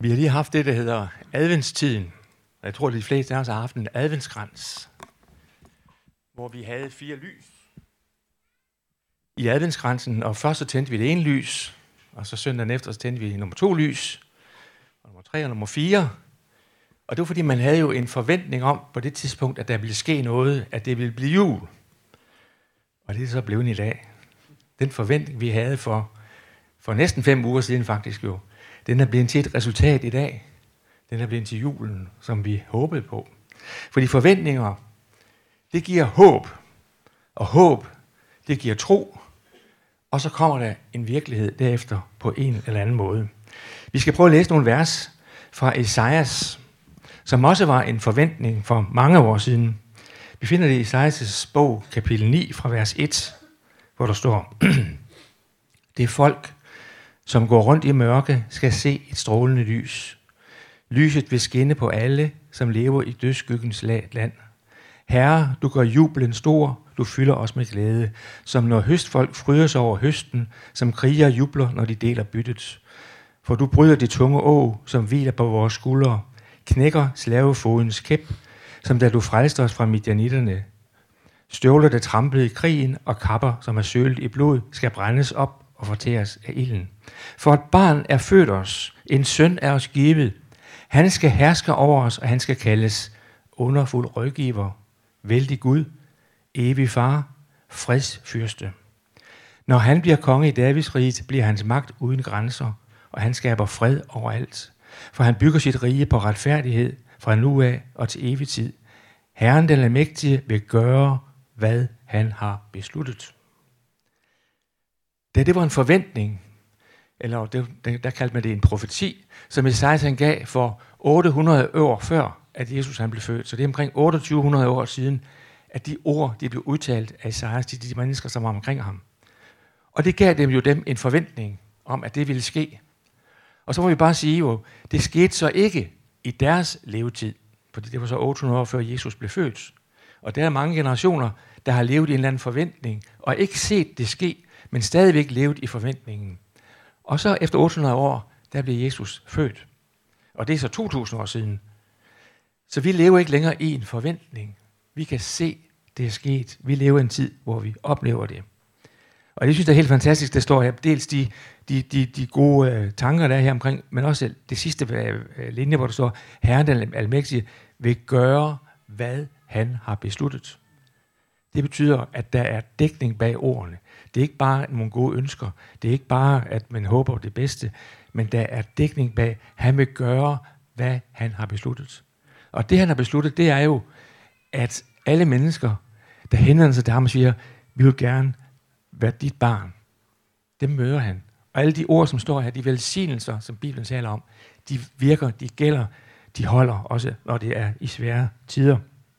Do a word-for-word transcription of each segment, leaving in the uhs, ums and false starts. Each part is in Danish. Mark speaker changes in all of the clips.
Speaker 1: Vi har lige haft det, der hedder adventstiden. Jeg tror, at de fleste af os har haft en adventskrans, hvor vi havde fire lys i adventskransen, og først så tændte vi det ene lys, og så søndagen efter så tændte vi nummer to lys, og nummer tre og nummer fire. Og det var fordi, man havde jo en forventning om på det tidspunkt, at der ville ske noget, at det ville blive jul. Og det er så blevet i dag. Den forventning, vi havde for, for næsten fem uger siden faktisk jo, den er blevet til et resultat i dag. Den er blevet til julen, som vi håbede på. Fordi forventninger, det giver håb. Og håb, det giver tro. Og så kommer der en virkelighed derefter på en eller anden måde. Vi skal prøve at læse nogle vers fra Esajas, som også var en forventning for mange år siden. Vi finder det i Esajas bog, kapitel ni, fra vers et, hvor der står: Det folk, som går rundt i mørke, skal se et strålende lys. Lyset vil skinne på alle, som lever i dødsskyggens land. Herre, du gør jublen stor, du fylder os med glæde, som når høstfolk fryder sig over høsten, som kriger jubler, når de deler byttet. For du bryder det tunge åg, som hviler på vores skuldre, knækker slavefodens kæp, som da du frelste os fra midjanitterne. Støvler, der tramplede i krigen, og kapper, som er sølet i blod, skal brændes op og fortæres af ilden. For et barn er født os, en søn er os givet. Han skal herske over os, og han skal kaldes underfuld rådgiver, vældig Gud, evig far, fredsfyrste. Når han bliver konge i Davids rige, bliver hans magt uden grænser, og han skaber fred overalt. For han bygger sit rige på retfærdighed fra nu af og til evig tid. Herren den almægtige vil gøre, hvad han har besluttet. Da det var en forventning, eller det, der kaldte man det en profeti, som Esajas han gav for otte hundrede år før, at Jesus han blev født. Så det er omkring to tusind otte hundrede år siden, at de ord de blev udtalt af Esajas til de mennesker, som var omkring ham. Og det gav dem jo dem en forventning om, at det ville ske. Og så må vi bare sige jo, det skete så ikke i deres levetid, fordi det var så otte hundrede år før Jesus blev født. Og der er mange generationer, der har levet i en eller anden forventning, og ikke set det ske, men stadigvæk levet i forventningen. Og så efter otte hundrede år, der blev Jesus født. Og det er så to tusind år siden. Så vi lever ikke længere i en forventning. Vi kan se, det er sket. Vi lever i en tid, hvor vi oplever det. Og det synes jeg er helt fantastisk, det står her. Dels de, de, de, de gode øh, tanker, der er her omkring, men også det sidste øh, linje, hvor der står, Herren den almægtige vil gøre, hvad han har besluttet. Det betyder, at der er dækning bag ordene. Det er ikke bare nogle gode ønsker. Det er ikke bare, at man håber det bedste, men der er dækning bag, han vil gøre, hvad han har besluttet. Og det, han har besluttet, det er jo, at alle mennesker, der henvender sig til ham og siger, vi vil gerne være dit barn, dem møder han. Og alle de ord, som står her, de velsignelser, som Bibelen taler om, de virker, de gælder, de holder, også når det er i svære tider.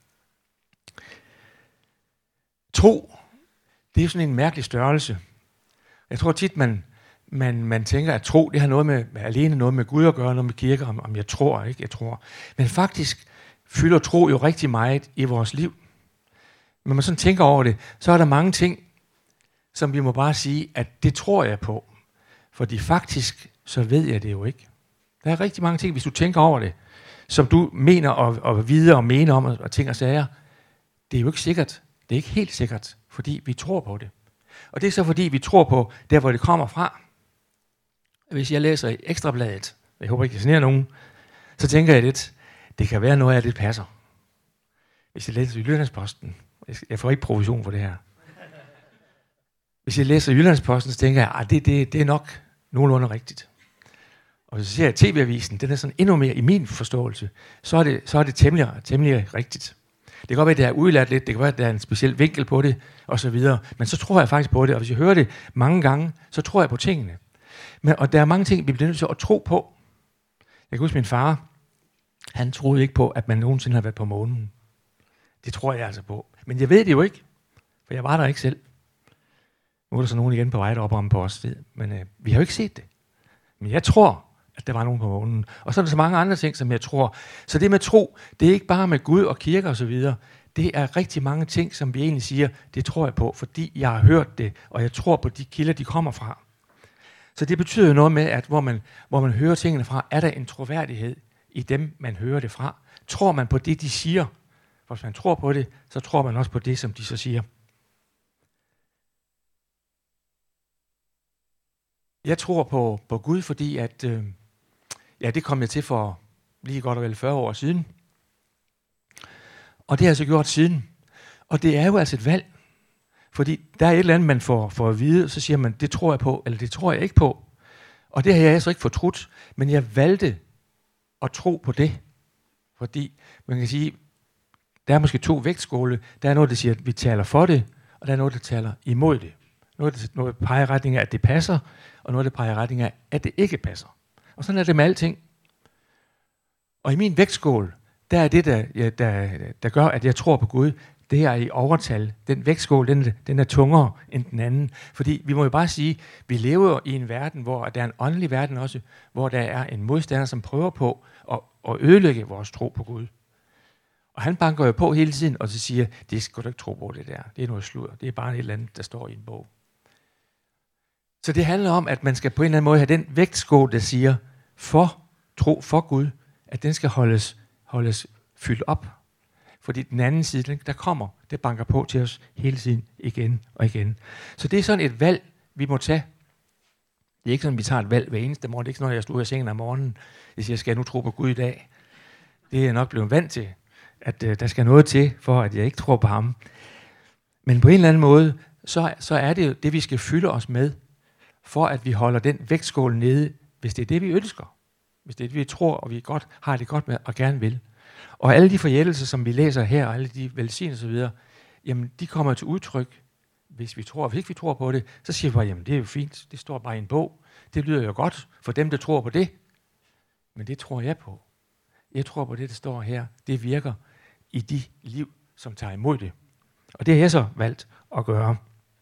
Speaker 1: Tro, det er jo sådan en mærkelig størrelse. Jeg tror tit, man, man, man tænker, at tro, det har noget med, alene noget med Gud at gøre, noget med kirke, om, om jeg tror, ikke? Jeg tror. Men faktisk fylder tro jo rigtig meget i vores liv. Når man sådan tænker over det, så er der mange ting, som vi må bare sige, at det tror jeg på. Fordi faktisk, så ved jeg det jo ikke. Der er rigtig mange ting, hvis du tænker over det, som du mener og, og vide og mener om, og ting og sager. Det er jo ikke sikkert. Det er ikke helt sikkert, fordi vi tror på det. Og det er så fordi, vi tror på der, hvor det kommer fra. Hvis jeg læser i Ekstrabladet, jeg håber ikke, jeg generer nogen, så tænker jeg lidt, det kan være noget af det passer. Hvis jeg læser i Jyllandsposten, jeg får ikke provision for det her. Hvis jeg læser i Jyllandsposten, så tænker jeg, at det, det, det er nok nogenlunde rigtigt. Og så ser jeg T V-avisen, den er sådan endnu mere i min forståelse, så er det, så er det temmelig, temmelig rigtigt. Det kan godt være, at det er udlært lidt, det kan være, at der er en speciel vinkel på det, og så videre. Men så tror jeg faktisk på det, og hvis jeg hører det mange gange, så tror jeg på tingene. Men, og der er mange ting, vi bliver nødt til at tro på. Jeg kan huske min far, han troede ikke på, at man nogensinde har været på månen. Det tror jeg altså på. Men jeg ved det jo ikke, for jeg var der ikke selv. Nu er der så nogen igen på vej deroppe om på os sted, men øh, vi har jo ikke set det. Men jeg tror, at der var nogen på månen. Og så er der så mange andre ting, som jeg tror. Så det med tro, det er ikke bare med Gud og kirke og så videre. Det er rigtig mange ting, som vi egentlig siger, det tror jeg på, fordi jeg har hørt det, og jeg tror på de kilder, de kommer fra. Så det betyder jo noget med, at hvor man, hvor man hører tingene fra, er der en troværdighed i dem, man hører det fra. Tror man på det, de siger? For hvis man tror på det, så tror man også på det, som de så siger. Jeg tror på, på Gud, fordi at, øh, ja, det kom jeg til for lige godt og vel fyrre år siden. Og det har jeg så gjort siden. Og det er jo altså et valg. Fordi der er et eller andet, man får, får at vide, og så siger man, det tror jeg på, eller det tror jeg ikke på. Og det har jeg altså ikke fortrudt, men jeg valgte at tro på det. Fordi man kan sige, der er måske to vægtskåle. Der er noget, der siger, at vi taler for det, og der er noget, der taler imod det. Noget, der, noget der peger i retning af, at det passer, og noget, der peger i retning af, at det ikke passer. Og sådan er det med alting. Og i min vægtskål, der er det, der, ja, der, der gør, at jeg tror på Gud, det er i overtal. Den vægtskål, den, den er tungere end den anden. Fordi vi må jo bare sige, vi lever i en verden, hvor der er en åndelig verden også, hvor der er en modstander, som prøver på at, at ødelægge vores tro på Gud. Og han banker jo på hele tiden, og så siger, det skal du ikke tro på det der. Det er noget sludder. Det er bare et eller andet, der står i en bog. Så det handler om, at man skal på en eller anden måde have den vægtskål, der siger, for tro for Gud, at den skal holdes, holdes fyldt op. Fordi den anden side, der kommer, det banker på til os hele tiden, igen og igen. Så det er sådan et valg, vi må tage. Det er ikke sådan, at vi tager et valg hver eneste morgen. Det er ikke sådan, at jeg står ud af sengen om morgenen, jeg siger, skal jeg nu tro på Gud i dag? Det er jeg nok blevet vant til, at uh, der skal noget til, for at jeg ikke tror på ham. Men på en eller anden måde, så, så er det jo det, vi skal fylde os med, for at vi holder den vægtskål nede, hvis det er det, vi ønsker. Hvis det er det, vi tror, og vi godt har det godt med og gerne vil. Og alle de forjættelser, som vi læser her, og alle de velsignelser og så videre, jamen de kommer til udtryk, hvis vi tror. Hvis ikke vi tror på det, så siger vi bare, jamen det er jo fint, det står bare i en bog. Det lyder jo godt for dem, der tror på det. Men det tror jeg på. Jeg tror på det, der står her. Det virker i de liv, som tager imod det. Og det har jeg så valgt at gøre.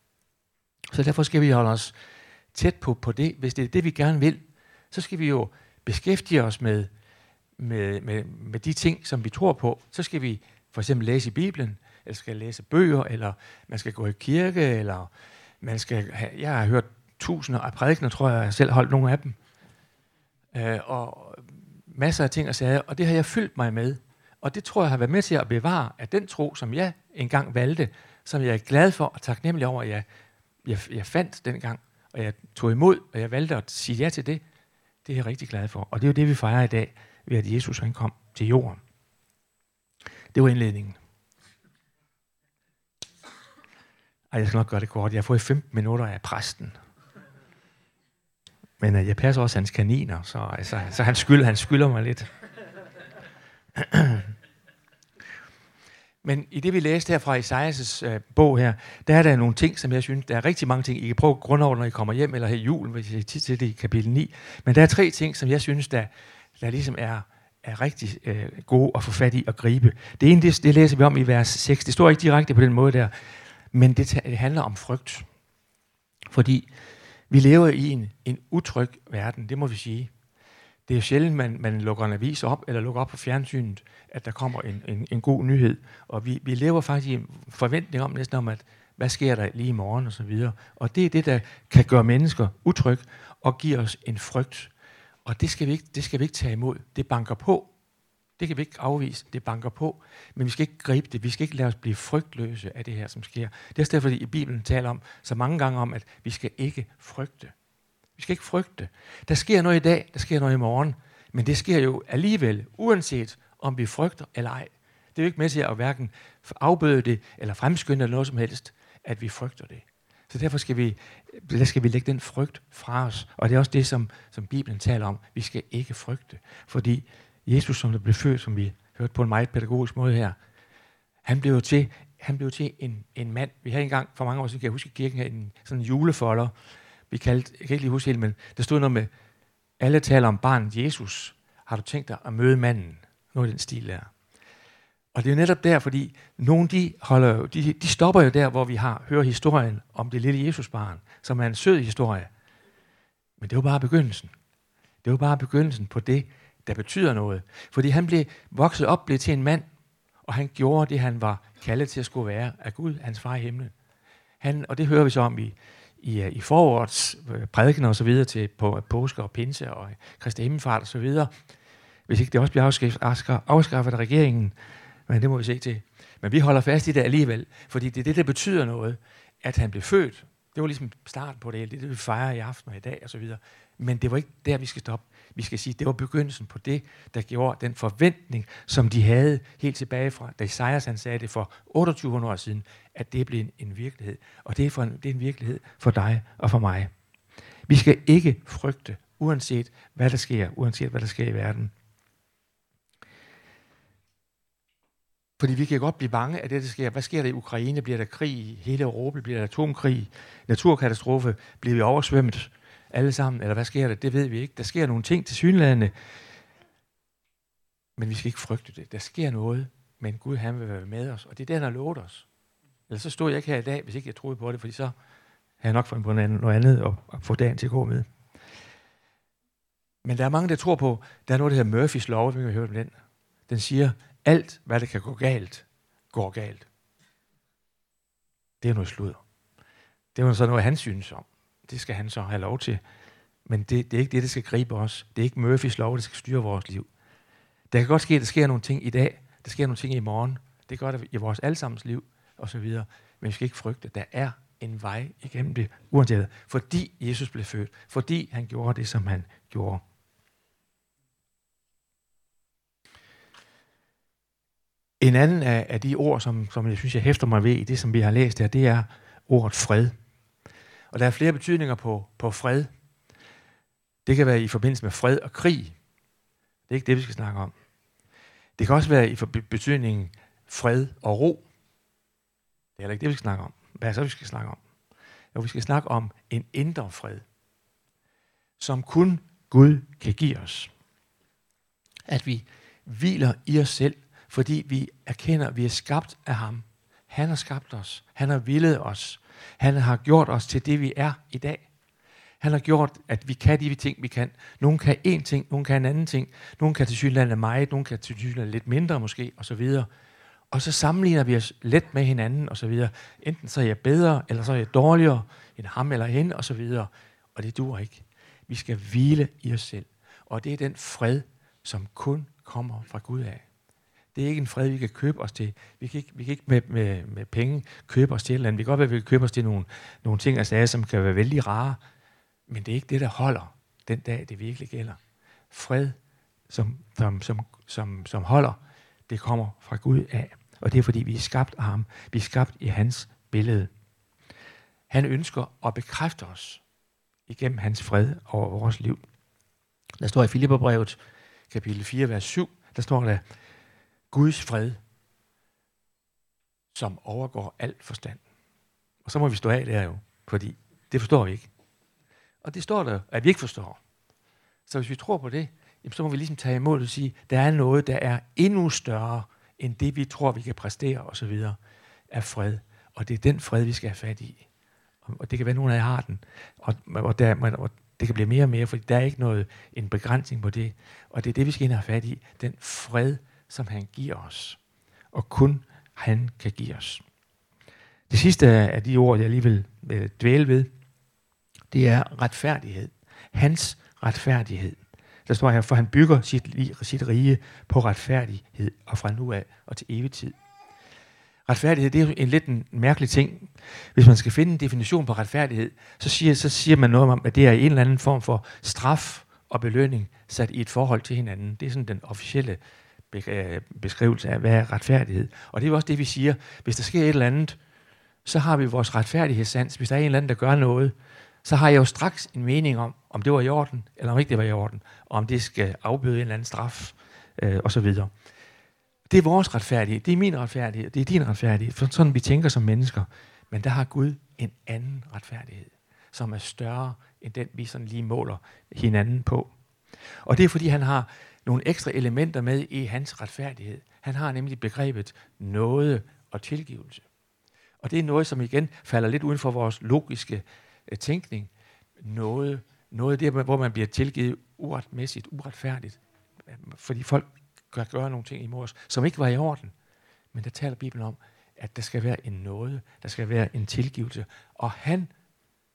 Speaker 1: Så derfor skal vi holde os tæt på, på det. Hvis det er det, vi gerne vil, så skal vi jo beskæftige os med Med, med, med de ting, som vi tror på. Så skal vi for eksempel læse i Bibelen, eller skal læse bøger, eller man skal gå i kirke, eller man skal have, jeg har hørt tusinder af prædikener, tror jeg, jeg har selv holdt nogle af dem. Øh, og masser af ting og sager, og det har jeg fyldt mig med. Og det tror jeg har været med til at bevare, at den tro, som jeg engang valgte, som jeg er glad for og taknemmelig over, at jeg, jeg, jeg fandt dengang, og jeg tog imod, og jeg valgte at sige ja til det, det er jeg rigtig glad for. Og det er jo det, vi fejrer i dag, ved at Jesus han kom til jorden. Det var indledningen. Ej, jeg skal nok gøre det kort. Jeg har fået femten minutter af præsten. Men uh, jeg passer også hans kaniner, så, altså, så han, skylder, han skylder mig lidt. Men i det, vi læste her fra Esajas uh, bog her, der er der nogle ting, som jeg synes, der er rigtig mange ting. I kan prøve grundover, når I kommer hjem, eller her i julen, hvis I har tid til det i kapitel ni. Men der er tre ting, som jeg synes, der der ligesom er, er rigtig øh, gode at få fat i og gribe. Det ene, det, det læser vi om i vers seks. Det står ikke direkte på den måde der, men det, det handler om frygt. Fordi vi lever i en, en utryg verden, det må vi sige. Det er jo sjældent, man, man lukker en avis op, eller lukker op på fjernsynet, at der kommer en, en, en god nyhed. Og vi, vi lever faktisk i en forventning om næsten om, at hvad sker der lige i morgen og så videre. Og det er det, der kan gøre mennesker utryg og give os en frygt. Og det skal, vi ikke, det skal vi ikke tage imod. Det banker på. Det kan vi ikke afvise. Det banker på. Men vi skal ikke gribe det. Vi skal ikke lade os blive frygtløse af det her, som sker. Det er derfor, fordi i Bibelen taler om så mange gange om, at vi skal ikke frygte. Vi skal ikke frygte. Der sker noget i dag, der sker noget i morgen. Men det sker jo alligevel, uanset om vi frygter eller ej. Det er jo ikke med til at hverken afbøde det, eller fremskynde eller noget som helst, at vi frygter det. Så derfor skal vi, der skal vi lægge den frygt fra os. Og det er også det, som, som Bibelen taler om. Vi skal ikke frygte. Fordi Jesus, som der blev født, som vi hørte på en meget pædagogisk måde her, han blev til, han blev til en, en mand. Vi havde engang for mange år siden, kan jeg huske, kirken havde en sådan en julefolder. Vi kaldte, jeg kan ikke lige huske helt, men der stod noget med, alle taler om barnet Jesus. Har du tænkt dig at møde manden? Noget i den stil der. Og det er jo netop der, fordi nogle de, holder, de, de stopper jo der, hvor vi har hører historien om det lille Jesusbarn, som er en sød historie. Men det var bare begyndelsen. Det var bare begyndelsen på det, der betyder noget. Fordi han blev vokset op, blev til en mand, og han gjorde det, han var kaldet til at skulle være af Gud, hans far i himlen. Han, og det hører vi så om i, i, i forårets prædiken og så videre til på påske og pinse og Kristi himmelfart og så videre. Hvis ikke det også bliver afskaffet, afskaffet af regeringen, men det må vi se til. Men vi holder fast i det alligevel, fordi det er det, der betyder noget, at han blev født. Det var ligesom starten på det, det er det, vi fejrer i aften og i dag og så videre. Men det var ikke der, vi skal stoppe. Vi skal sige, det var begyndelsen på det, der gjorde den forventning, som de havde helt tilbage fra, da Esajas han sagde det for otteogtyve hundrede år siden, at det blev en, en virkelighed. Og det er, for en, det er en virkelighed for dig og for mig. Vi skal ikke frygte, uanset hvad der sker, uanset hvad der sker i verden. Fordi vi kan godt blive bange af det, der sker. Hvad sker der i Ukraine? Bliver der krig i hele Europa? Bliver der atomkrig? Naturkatastrofe? Bliver vi oversvømmet alle sammen? Eller hvad sker der? Det ved vi ikke. Der sker nogle ting til synlædende. Men vi skal ikke frygte det. Der sker noget, men Gud han vil være med os. Og det er det, han har lovet os. Ellers så stod jeg ikke her i dag, hvis ikke jeg troede på det, fordi så har jeg nok fundet på noget andet og, og få dagen til at gå med. Men der er mange, der tror på, der er noget, der hedder Murphys lov, vi har hørt om den. Den siger, alt, hvad der kan gå galt, går galt. Det er noget sludder. Det er så noget, han synes om. Det skal han så have lov til. Men det, det er ikke det, der skal gribe os. Det er ikke Murphys lov, der skal styre vores liv. Der kan godt ske, at der sker nogle ting i dag. Der sker nogle ting i morgen. Det gør det i vores allesammens liv, og så videre. Men vi skal ikke frygte. Der er en vej igennem det, uanset fordi Jesus blev født. Fordi han gjorde det, som han gjorde. En anden af, af de ord, som, som jeg synes, jeg hæfter mig ved i det, som vi har læst her, det er ordet fred. Og der er flere betydninger på, på fred. Det kan være i forbindelse med fred og krig. Det er ikke det, vi skal snakke om. Det kan også være i betydningen fred og ro. Det er heller ikke det, vi skal snakke om. Hvad er så, vi skal snakke om? Jo, vi skal snakke om en indre fred, som kun Gud kan give os. At vi hviler i os selv, fordi vi erkender, at vi er skabt af ham. Han har skabt os. Han har villet os. Han har gjort os til det, vi er i dag. Han har gjort, at vi kan de ting, vi kan. Nogle kan én ting, nogle kan en anden ting. Nogle kan tilsyneladende meget, nogle kan tilsyneladende lidt mindre måske, og så videre. Og så sammenligner vi os let med hinanden, og så videre. Enten så er jeg bedre, eller så er jeg dårligere end ham eller hende, og så videre. Og det duer ikke. Vi skal hvile i os selv. Og det er den fred, som kun kommer fra Gud af. Det er ikke en fred, vi kan købe os til. Vi kan ikke, vi kan ikke med, med, med penge købe os til et eller andet. Vi kan godt være, at vi kan købe os til nogle, nogle ting, altså, som kan være vældig rare. Men det er ikke det, der holder den dag, det virkelig gælder. Fred, som, som, som, som, som holder, det kommer fra Gud af. Og det er, fordi vi er skabt af ham. Vi er skabt i hans billede. Han ønsker at bekræfte os igennem hans fred over vores liv. Der står i Filipperbrevet, kapitel fire, vers syv, der står der, Guds fred, som overgår alt forstand. Og så må vi stå af der jo, fordi det forstår vi ikke. Og det står der, at vi ikke forstår. Så hvis vi tror på det, så må vi ligesom tage imod og sige, der er noget, der er endnu større, end det vi tror, vi kan præstere osv. af fred. Og det er den fred, vi skal have fat i. Og det kan være, at nogen af jer har den. Og, og, der, og det kan blive mere og mere, for der er ikke noget, en begrænsning på det. Og det er det, vi skal ind og have fat i. Den fred, som han giver os. Og kun han kan give os. Det sidste af de ord, jeg lige vil dvæle ved, det er retfærdighed. Hans retfærdighed. Der står her, for han bygger sit, sit rige på retfærdighed, og fra nu af og til evig tid. Retfærdighed, det er jo en lidt en mærkelig ting. Hvis man skal finde en definition på retfærdighed, så siger, så siger man noget om, at det er en eller anden form for straf og belønning sat i et forhold til hinanden. Det er sådan den officielle beskrivelse af, hvad er retfærdighed. Og det er jo også det, vi siger. Hvis der sker et eller andet, så har vi vores retfærdighedssans. Hvis der er en eller anden, der gør noget, så har jeg jo straks en mening om, om det var i orden, eller om ikke det var i orden, og om det skal afbøde en eller anden straf, øh, osv. Det er vores retfærdighed, det er min retfærdighed, det er din retfærdighed, for sådan vi tænker som mennesker. Men der har Gud en anden retfærdighed, som er større end den, vi sådan lige måler hinanden på. Og det er, fordi han har nogle ekstra elementer med i hans retfærdighed. Han har nemlig begrebet nåde og tilgivelse. Og det er noget, som igen falder lidt uden for vores logiske uh, tænkning. Noget, noget der, hvor man bliver tilgivet uretmæssigt, uretfærdigt. Fordi folk kan gøre nogle ting imod os, som ikke var i orden. Men der taler Bibelen om, at der skal være en nåde, der skal være en tilgivelse. Og han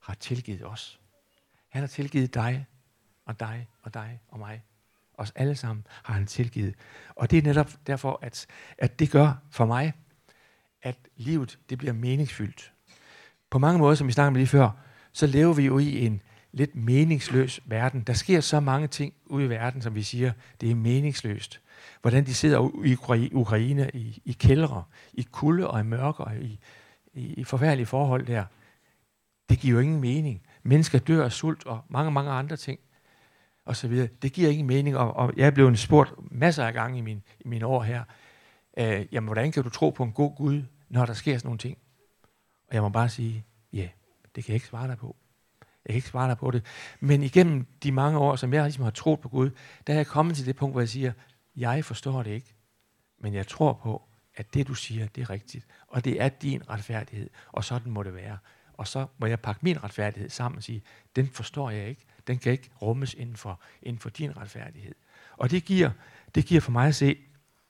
Speaker 1: har tilgivet os. Han har tilgivet dig, og dig, og dig, og mig. Os alle sammen har han tilgivet. Og det er netop derfor, at, at det gør for mig, at livet det bliver meningsfyldt. På mange måder, som vi snakkede om lige før, så lever vi jo i en lidt meningsløs verden. Der sker så mange ting ude i verden, som vi siger, det er meningsløst. Hvordan de sidder i Ukraine i, i kældre, i kulde og i mørke og i, i, i forfærdelige forhold der. Det giver jo ingen mening. Mennesker dør af sult og mange, mange andre ting. Og så videre. Det giver ingen mening. Og, og jeg er blevet spurgt masser af gange i, min, i mine år her, øh, jamen hvordan kan du tro på en god Gud, når der sker sådan nogle ting? Og jeg må bare sige, ja, yeah, det kan jeg ikke svare dig på. Jeg kan ikke svare dig på det. Men igennem de mange år, som jeg ligesom har troet på Gud, der er jeg kommet til det punkt, hvor jeg siger, jeg forstår det ikke, men jeg tror på, at det du siger, det er rigtigt. Og det er din retfærdighed, og sådan må det være. Og så må jeg pakke min retfærdighed sammen og sige, den forstår jeg ikke. Den kan ikke rummes inden for, inden for din retfærdighed. Og det giver, det giver for mig at se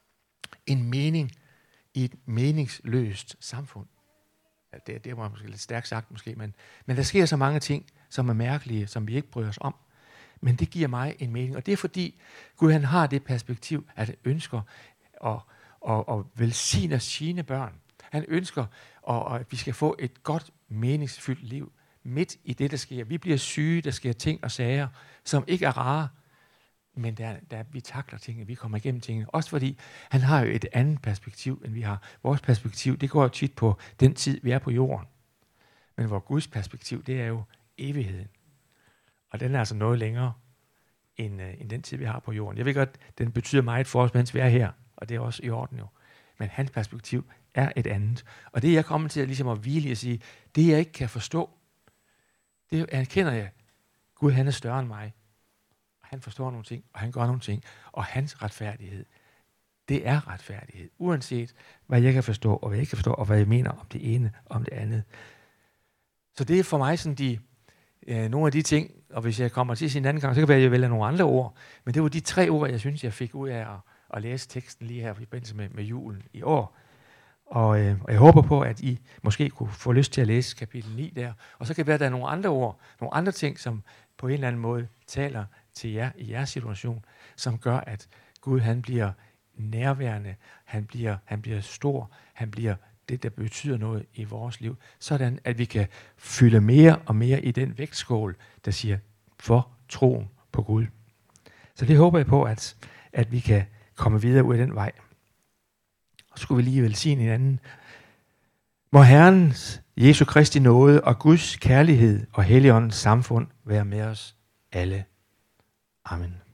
Speaker 1: en mening i et meningsløst samfund. Ja, det, det var måske lidt stærkt sagt måske, men, men der sker så mange ting, som er mærkelige, som vi ikke bryder os om. Men det giver mig en mening, og det er fordi Gud han har det perspektiv, at han ønsker at, at, at velsigne sine børn. Han ønsker, at, at vi skal få et godt, meningsfyldt liv midt i det, der sker. Vi bliver syge, der sker ting og sager, som ikke er rare, men der, der, vi takler tingene, vi kommer igennem tingene. Også fordi han har jo et andet perspektiv, end vi har. Vores perspektiv, det går jo tit på den tid, vi er på jorden. Men vores Guds perspektiv, det er jo evigheden. Og den er altså noget længere, end, uh, end den tid, vi har på jorden. Jeg ved godt, den betyder meget for os, mens vi er her, og det er også i orden jo. Men hans perspektiv er et andet. Og det jeg kommer til at, ligesom at hvile og sige, det jeg ikke kan forstå, det erkender jeg. Gud han er større end mig. Han forstår nogle ting, og han gør nogle ting. Og hans retfærdighed, det er retfærdighed. Uanset hvad jeg kan forstå, og hvad jeg ikke kan forstå, og hvad jeg mener om det ene og om det andet. Så det er for mig sådan de, øh, nogle af de ting, og hvis jeg kommer til sin anden gang, så kan det være, at jeg vælger nogle andre ord. Men det var de tre ord, jeg synes, jeg fik ud af at, at læse teksten lige her i forbindelse med, med julen i år. Og, øh, og jeg håber på, at I måske kunne få lyst til at læse kapitel ni der. Og så kan det være, at der er nogle andre ord, nogle andre ting, som på en eller anden måde taler til jer i jeres situation, som gør, at Gud han bliver nærværende, han bliver, han bliver stor, han bliver det, der betyder noget i vores liv, sådan at vi kan fylde mere og mere i den vægtskål, der siger, for troen på Gud. Så det håber jeg på, at, at vi kan komme videre ud af den vej. Og så skulle vi lige velsigne hinanden. Må Herrens Jesu Kristi nåde og Guds kærlighed og Helligåndens samfund være med os alle. Amen.